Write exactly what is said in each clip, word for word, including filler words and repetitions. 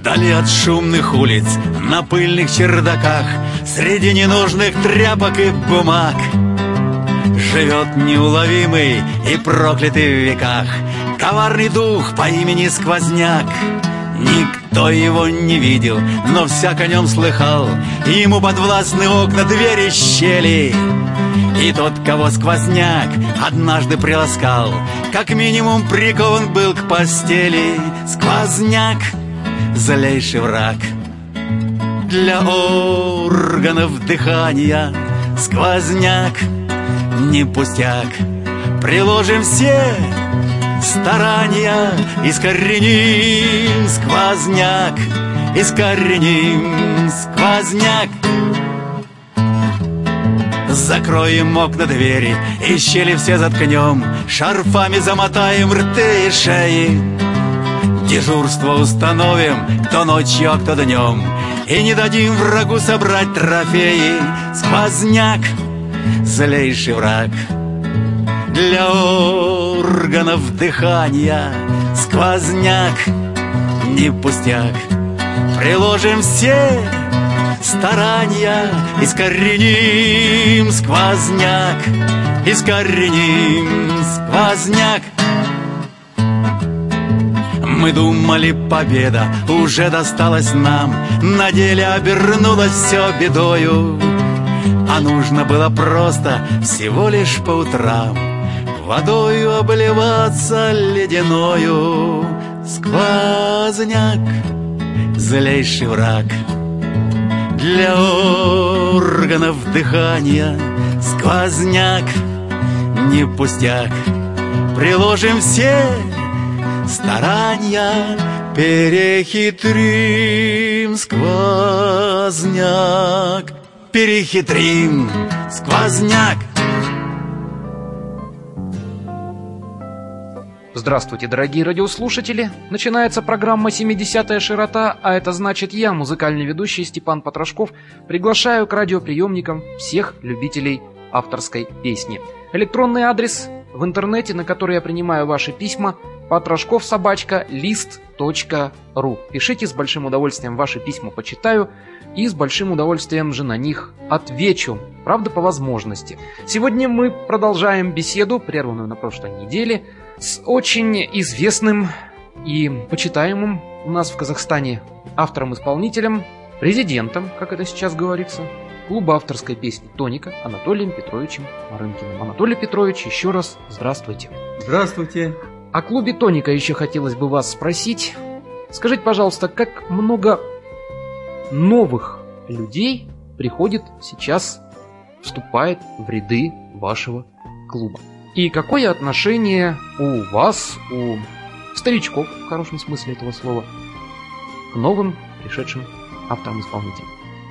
Вдали от шумных улиц, на пыльных чердаках, среди ненужных тряпок и бумаг живет неуловимый и проклятый в веках коварный дух по имени Сквозняк. Никто его не видел, но всяк о нем слыхал, ему подвластны окна, двери, щели. И тот, кого Сквозняк однажды приласкал, как минимум прикован был к постели. Сквозняк — злейший враг для органов дыхания. Сквозняк — не пустяк, приложим все старания, искореним сквозняк, искореним сквозняк. Закроем окна, двери и щели все заткнем, шарфами замотаем рты и шеи. Дежурство установим, кто ночью, а кто днем, и не дадим врагу собрать трофеи. Сквозняк — злейший враг для органов дыхания. Сквозняк — не пустяк, приложим все старания, искореним сквозняк, искореним сквозняк. Мы думали, победа уже досталась нам, на деле обернулось все бедою. А нужно было просто всего лишь по утрам водою обливаться ледяною. Сквозняк — злейший враг для органов дыхания. Сквозняк — не пустяк, приложим все старания, перехитрим сквозняк, перехитрим сквозняк. Здравствуйте, дорогие радиослушатели! Начинается программа «семидесятая широта», а это значит, я, музыкальный ведущий Степан Потрошков, приглашаю к радиоприемникам всех любителей авторской песни. Электронный адрес в интернете, на который я принимаю ваши письма, потрошков собака лист точка ру. Пишите, с большим удовольствием ваши письма почитаю и с большим удовольствием же на них отвечу, правда, по возможности. Сегодня мы продолжаем беседу, прерванную на прошлой неделе, с очень известным и почитаемым у нас в Казахстане автором-исполнителем, президентом, как это сейчас говорится, клуба авторской песни «Тоника» Анатолием Петровичем Марынкиным. Анатолий Петрович, еще раз здравствуйте. Здравствуйте. О клубе «Тоника» еще хотелось бы вас спросить. Скажите, пожалуйста, как много новых людей приходит сейчас, вступает в ряды вашего клуба? И какое отношение у вас, у старичков, в хорошем смысле этого слова, к новым пришедшим авторам-исполнителям?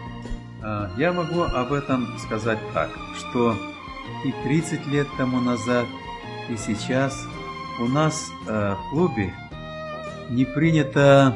Я могу об этом сказать так, что и тридцать лет тому назад, и сейчас у нас в клубе не принято,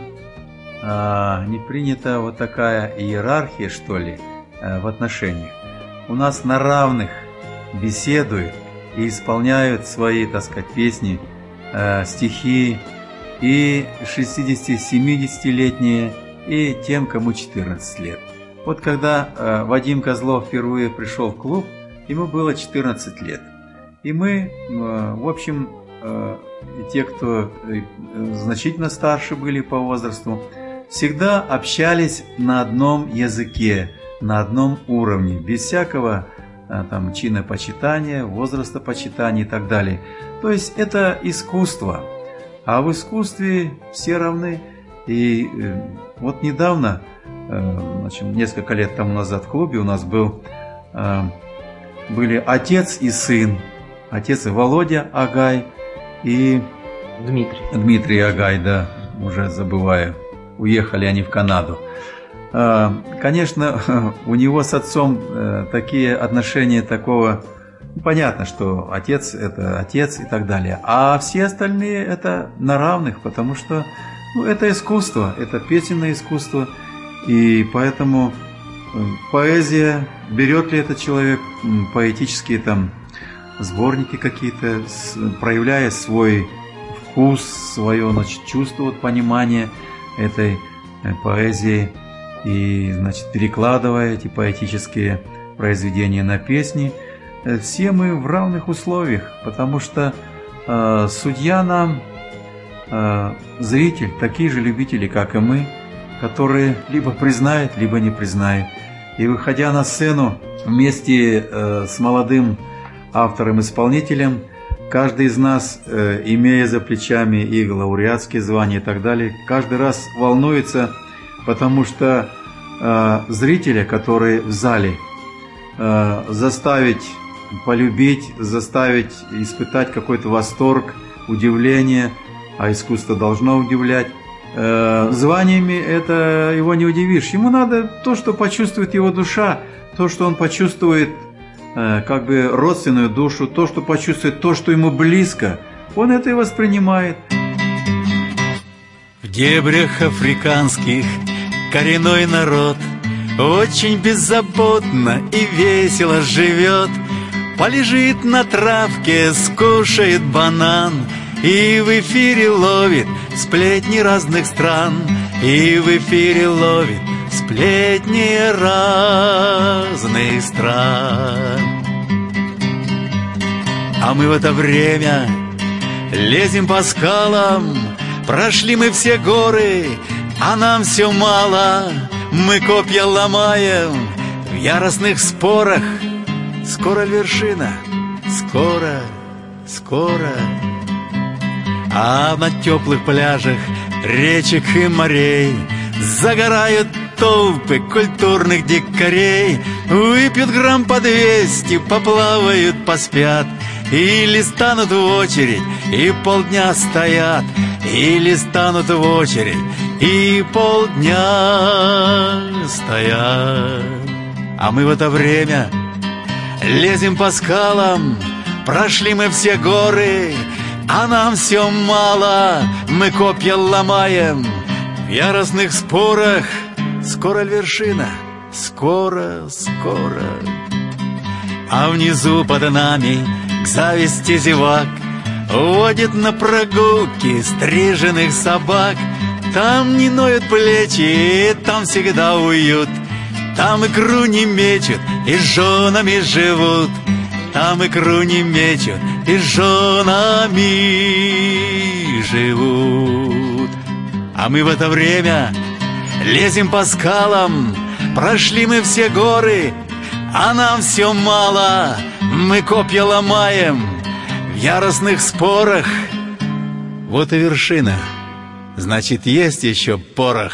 не принята вот такая иерархия, что ли, в отношениях. У нас на равных беседуют и исполняют свои, так сказать, песни, э, стихи и шестидесяти-семидесятилетние, и тем, кому четырнадцать лет. Вот когда э, Вадим Козлов впервые пришел в клуб, ему было четырнадцать лет. И мы, э, в общем, э, те, кто э, значительно старше были по возрасту, всегда общались на одном языке, на одном уровне, без всякого там чинопочитания, возрастопочитания и так далее. То есть это искусство. А в искусстве все равны. И э, вот недавно, э, значит, несколько лет тому назад в клубе у нас был, э, были отец и сын. Отец и Володя Агай и Дмитрий. Дмитрий Агай, да, уже забываю. Уехали они в Канаду. Конечно, у него с отцом такие отношения такого... Понятно, что отец – это отец и так далее. А все остальные – это на равных, потому что ну, это искусство, это песенное искусство. И поэтому поэзия, берет ли этот человек поэтические там сборники какие-то, проявляя свой вкус, свое, значит, чувство, вот, понимание этой поэзии, и, значит, перекладывая эти поэтические произведения на песни, все мы в равных условиях, потому что э, судья нам, э, зритель, такие же любители, как и мы, которые либо признают, либо не признают. И выходя на сцену вместе э, с молодым автором-исполнителем, каждый из нас, э, имея за плечами и лауреатские звания и так далее, каждый раз волнуется, потому что э, зрителя, который в зале, э, заставить полюбить, заставить испытать какой-то восторг, удивление, а искусство должно удивлять. Э, званиями это его не удивишь. Ему надо то, что почувствует его душа, то, что он почувствует э, как бы родственную душу, то, что почувствует то, что ему близко, он это и воспринимает. В дебрях африканских коренной народ очень беззаботно и весело живет. Полежит на травке, скушает банан и в эфире ловит сплетни разных стран. И в эфире ловит сплетни разных стран. А мы в это время лезем по скалам. Прошли мы все горы, а нам все мало. Мы копья ломаем в яростных спорах. Скоро вершина, скоро, скоро. А на теплых пляжах речек и морей загорают толпы культурных дикарей. Выпьют грамм по двести, поплавают, поспят. Или станут в очередь и полдня стоят. Или станут в очередь и полдня стоят. А мы в это время лезем по скалам, прошли мы все горы, а нам все мало. Мы копья ломаем в яростных спорах. Скоро вершина, скоро, скоро. А внизу под нами, к зависти зевак, водит на прогулки стриженных собак. Там не ноют плечи, там всегда уют. Там икру не мечут и с женами живут. Там икру не мечут и с женами живут. А мы в это время лезем по скалам. Прошли мы все горы, а нам все мало. Мы копья ломаем в яростных спорах. Вот и вершина, значит, есть еще порох.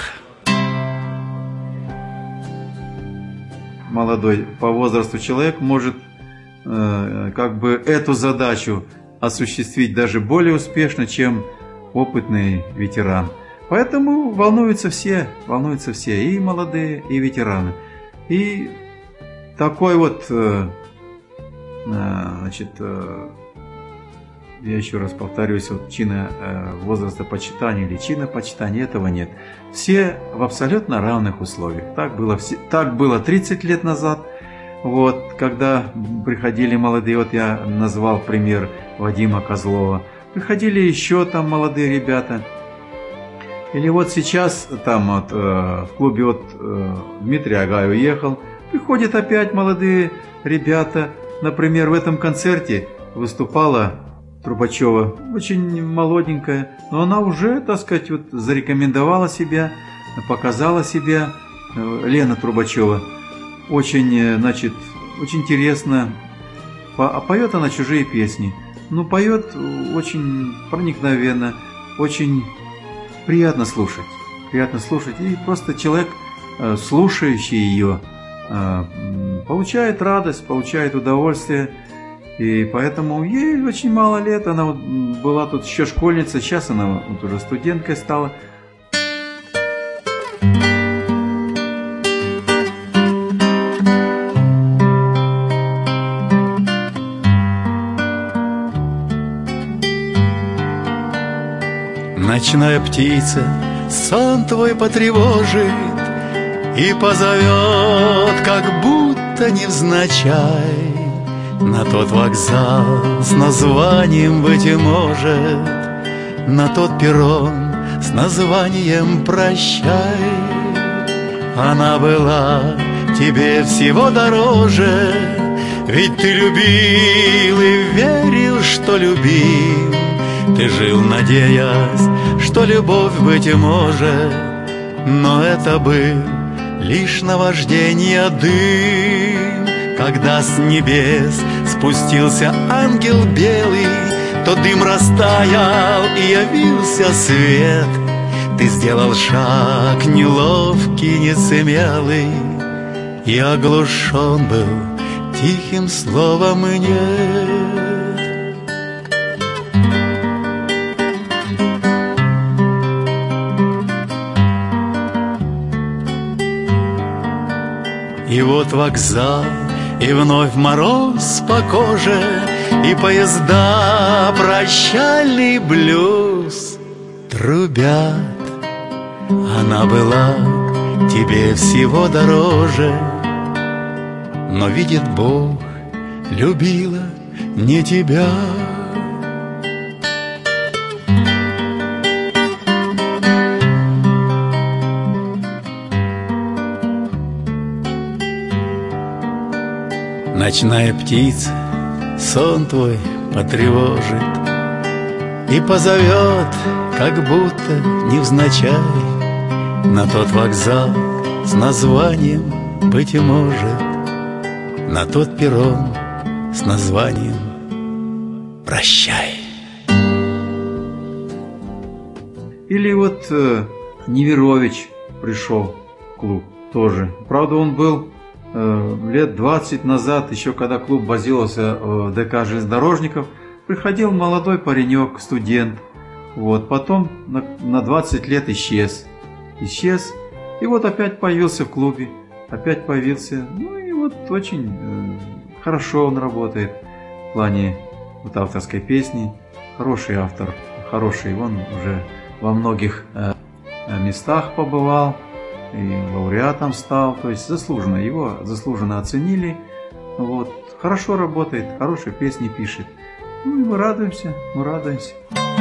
Молодой по возрасту человек может э, как бы эту задачу осуществить даже более успешно, чем опытный ветеран. Поэтому волнуются все, волнуются все, и молодые, и ветераны. И такой вот, э, э, значит, э, я еще раз повторюсь, вот чина э, возраста почитания или чина почитания, этого нет. Все в абсолютно равных условиях. Так было, так было тридцать лет назад, вот, когда приходили молодые, вот я назвал пример Вадима Козлова, приходили еще там молодые ребята. Или вот сейчас там вот, э, в клубе вот, э, Дмитрий Агай уехал, приходят опять молодые ребята. Например, в этом концерте выступала Трубачева, очень молоденькая, но она уже, так сказать, вот зарекомендовала себя, показала себя. Лена Трубачева очень, значит, очень интересно, а поет она чужие песни. Ну, поет очень проникновенно, очень приятно слушать, приятно слушать, и просто человек, слушающий ее, получает радость, получает удовольствие. И поэтому ей очень мало лет, она вот была тут еще школьница, сейчас она вот уже студенткой стала. Ночная птица сон твой потревожит и позовет, как будто невзначай, на тот вокзал с названием, быть может, на тот перрон с названием «Прощай». Она была тебе всего дороже, ведь ты любил и верил, что любил. Ты жил, надеясь, что любовь быть может, но это был лишь наваждение дым. Когда с небес спустился ангел белый, то дым растаял и явился свет. Ты сделал шаг неловкий, несмелый, и оглушен был тихим словом «нет». И вот вокзал, и вновь мороз по коже, и поезда прощальный блюз трубят. Она была тебе всего дороже, но, видит Бог, любила не тебя. Ночная птица сон твой потревожит и позовет, как будто невзначай, на тот вокзал с названием, быть может, на тот перрон с названием «Прощай». Или вот э, Неверович пришел в клуб тоже. Правда, он был э, лет двадцать назад, еще когда клуб базировался в ДК железнодорожников, приходил молодой паренек, студент. Вот, потом на, на двадцать лет исчез. Исчез. И вот опять появился в клубе. Опять появился. Ну и вот очень э, хорошо он работает в плане вот авторской песни. Хороший автор. Хороший. Он уже во многих э, местах побывал. И лауреатом стал. То есть заслуженно. Его заслуженно оценили. Вот. Хорошо работает. Хорошие песни пишет. Ну и мы радуемся. Мы радуемся.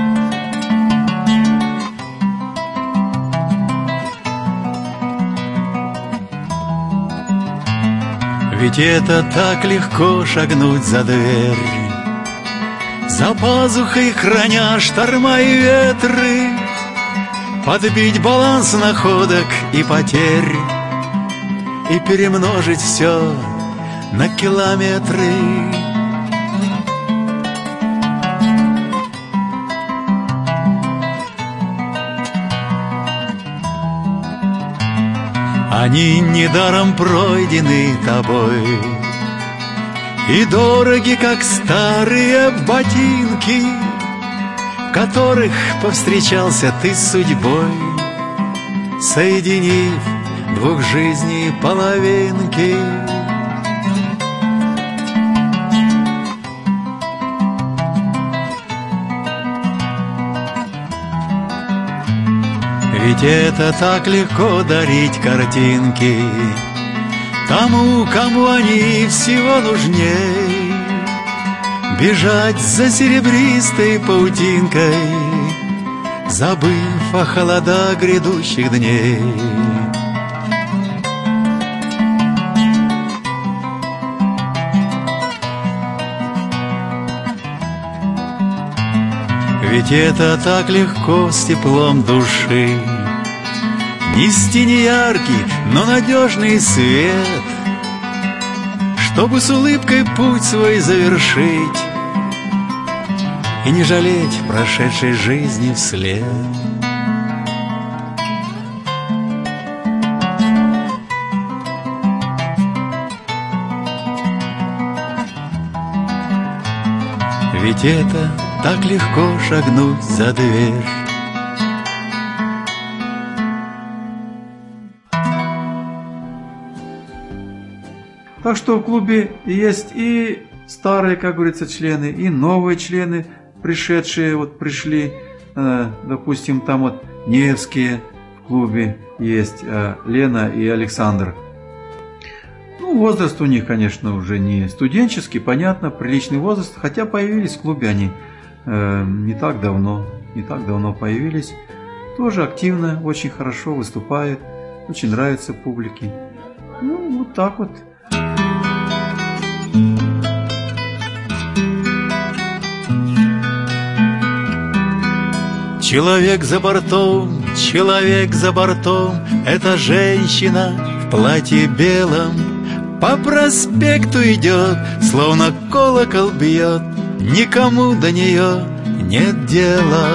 Ведь это так легко шагнуть за дверь, за пазухой храня шторма и ветры, подбить баланс находок и потерь и перемножить все на километры. Они недаром пройдены тобой и дороги, как старые ботинки, в которых повстречался ты с судьбой, соединив двух жизней половинки. Ведь это так легко дарить картинки тому, кому они всего нужней, бежать за серебристой паутинкой, забыв о холодах грядущих дней. Ведь это так легко с теплом души нести не яркий, но надежный свет, чтобы с улыбкой путь свой завершить и не жалеть прошедшей жизни вслед. Ведь это так легко шагнуть за дверь. Так что в клубе есть и старые, как говорится, члены, и новые члены, пришедшие, вот пришли, э, допустим, там вот Невские в клубе есть, э, Лена и Александр. Ну, возраст у них, конечно, уже не студенческий, понятно, приличный возраст, хотя появились в клубе они э, не так давно, не так давно появились. тоже активно, очень хорошо выступает, очень нравится публике. Ну, вот так вот. Человек за бортом, человек за бортом, это женщина в платье белом. По проспекту идет, словно колокол бьет, никому до нее нет дела.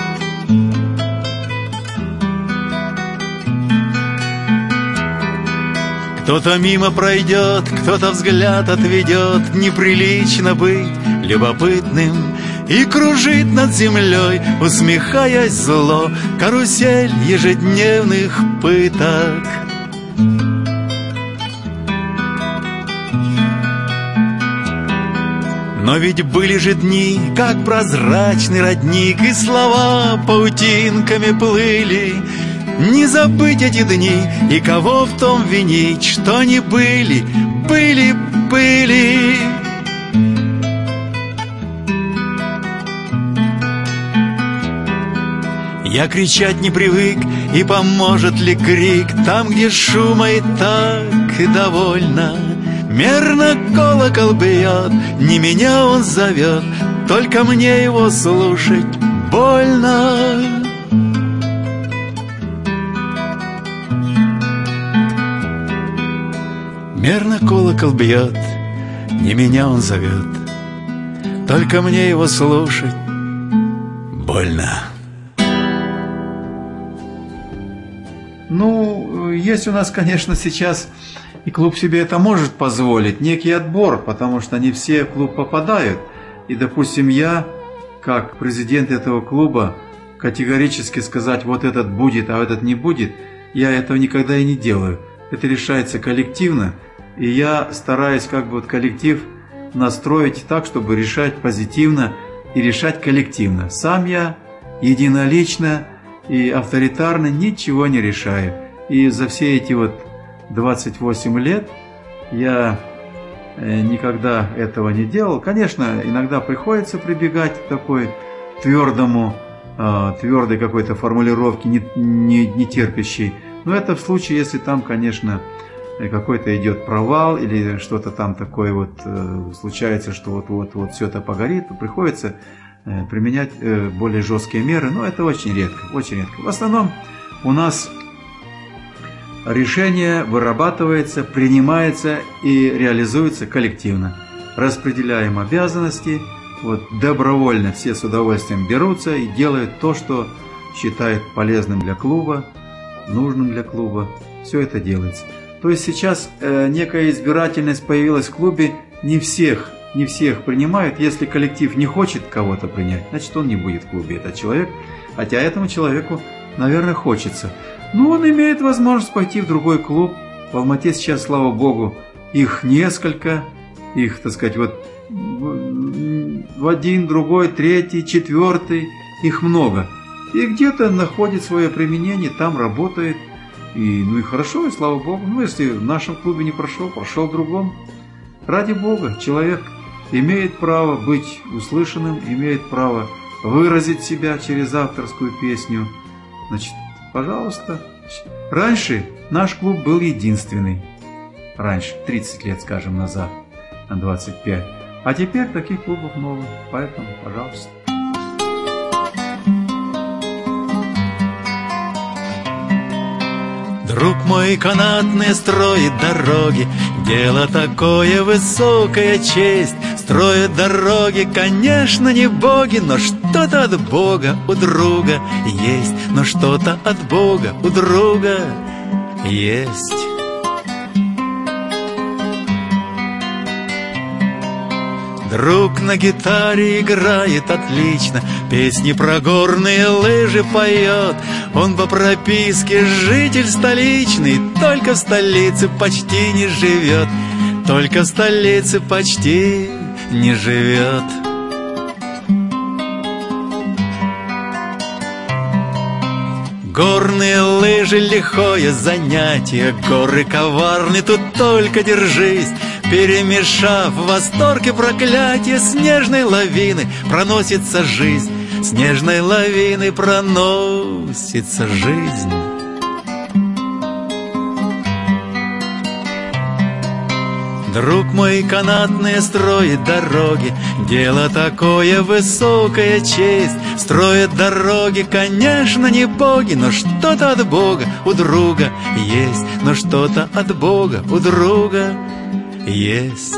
Кто-то мимо пройдет, кто-то взгляд отведет, неприлично быть любопытным. И кружит над землей, усмехаясь зло, карусель ежедневных пыток. Но ведь были же дни, как прозрачный родник, и слова паутинками плыли. Не забыть эти дни, и кого в том винить, что они были, были, были. Я кричать не привык, и поможет ли крик там, где шума и так и довольно. Мерно колокол бьет, не меня он зовет, только мне его слушать больно. Мерно колокол бьет, не меня он зовет, только мне его слушать больно. Ну, есть у нас, конечно, сейчас, и клуб себе это может позволить, некий отбор, потому что не все в клуб попадают. И, допустим, я, как президент этого клуба, категорически сказать, вот этот будет, а этот не будет, я этого никогда и не делаю. Это решается коллективно, и я стараюсь как бы вот коллектив настроить так, чтобы решать позитивно и решать коллективно. Сам я единолично и авторитарно ничего не решаю. И за все эти вот двадцать восемь лет я никогда этого не делал. Конечно, иногда приходится прибегать к такой твердому, твердой какой-то формулировке, не, не, не терпящей. Но это в случае, если там, конечно, какой-то идет провал или что-то там такое вот случается, что вот-вот-вот все это погорит, то приходится применять более жесткие меры, но это очень редко, очень редко. В основном у нас решение вырабатывается, принимается и реализуется коллективно. Распределяем обязанности, вот добровольно все с удовольствием берутся и делают то, что считают полезным для клуба, нужным для клуба. Все это делается. То есть сейчас э, некая избирательность появилась в клубе, не всех Не всех принимают. Если коллектив не хочет кого-то принять, значит он не будет в клубе, этот человек. Хотя этому человеку, наверное, хочется. Но он имеет возможность пойти в другой клуб. В Алмате сейчас, слава богу, их несколько. Их, так сказать, вот в один, другой, третий, четвертый. Их много. И где-то находит свое применение, там работает. И, ну и хорошо, и слава богу. Ну, если в нашем клубе не прошел, прошел в другом. Ради бога, человек имеет право быть услышанным, имеет право выразить себя через авторскую песню. Значит, пожалуйста. Раньше наш клуб был единственный. Раньше, тридцать лет, скажем, назад, на двадцать пять. А теперь таких клубов много, поэтому, пожалуйста. Друг мой канатный строит дороги, дело такое, высокая честь. Строят дороги, конечно, не боги, но что-то от Бога у друга есть. Но что-то от Бога у друга есть. Друг на гитаре играет отлично, песни про горные лыжи поет. Он по прописке житель столичный, только в столице почти не живет. Только в столице почти не живет. Горные лыжи — лихое занятие, горы коварны, тут только держись. Перемешав восторг и проклятие, снежной лавины проносится жизнь. снежной лавины проносится жизнь. Друг мой, канатные строит дороги, дело такое, высокая честь. Строят дороги, конечно, не боги, но что-то от Бога у друга есть. Но что-то от Бога у друга есть.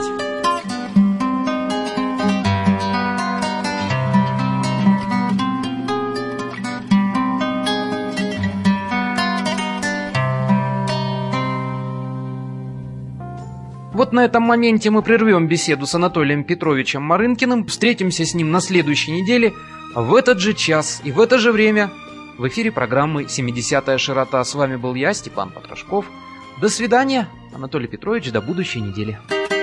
Вот на этом моменте мы прервем беседу с Анатолием Петровичем Марынкиным, встретимся с ним на следующей неделе, в этот же час и в это же время в эфире программы «семидесятая широта». С вами был я, Степан Потрошков. До свидания, Анатолий Петрович, до будущей недели.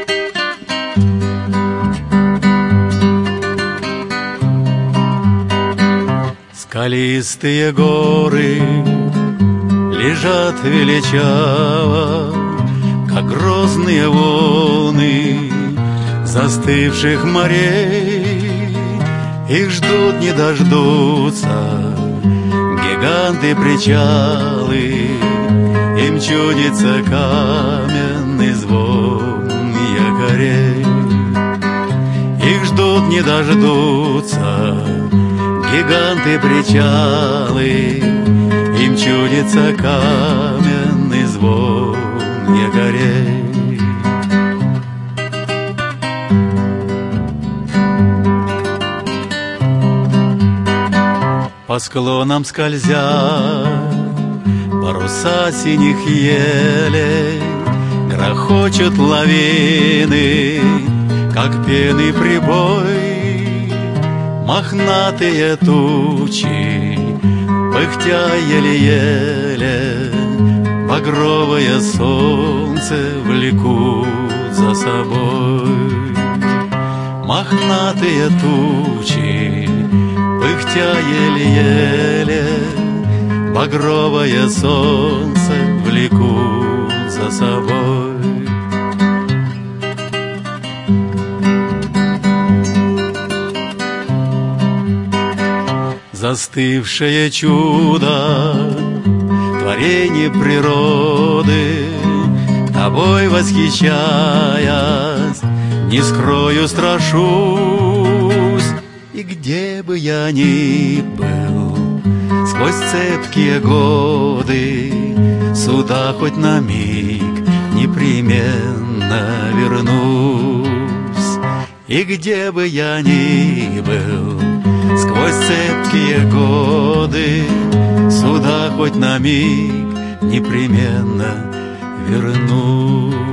Скалистые горы лежат величаво, как грозные волны застывших морей. Их ждут, не дождутся гиганты причалы, им чудится каменный звон якорей. Их ждут, не дождутся гиганты причалы, им чудится каменный звон якорей. По склонам скользят паруса синих елей, грохочут лавины, как пенный прибой. Мохнатые тучи, пыхтя еле-еле, багровое солнце влекут за собой. Мохнатые тучи, пыхтя еле-еле, багровое солнце влекут за собой. Застывшее чудо, творение природы, тобой восхищаясь, не скрою, страшусь. И где бы я ни был, сквозь цепкие годы, сюда хоть на миг непременно вернусь. И где бы я ни был, сквозь цепкие годы, сюда хоть на миг непременно вернусь.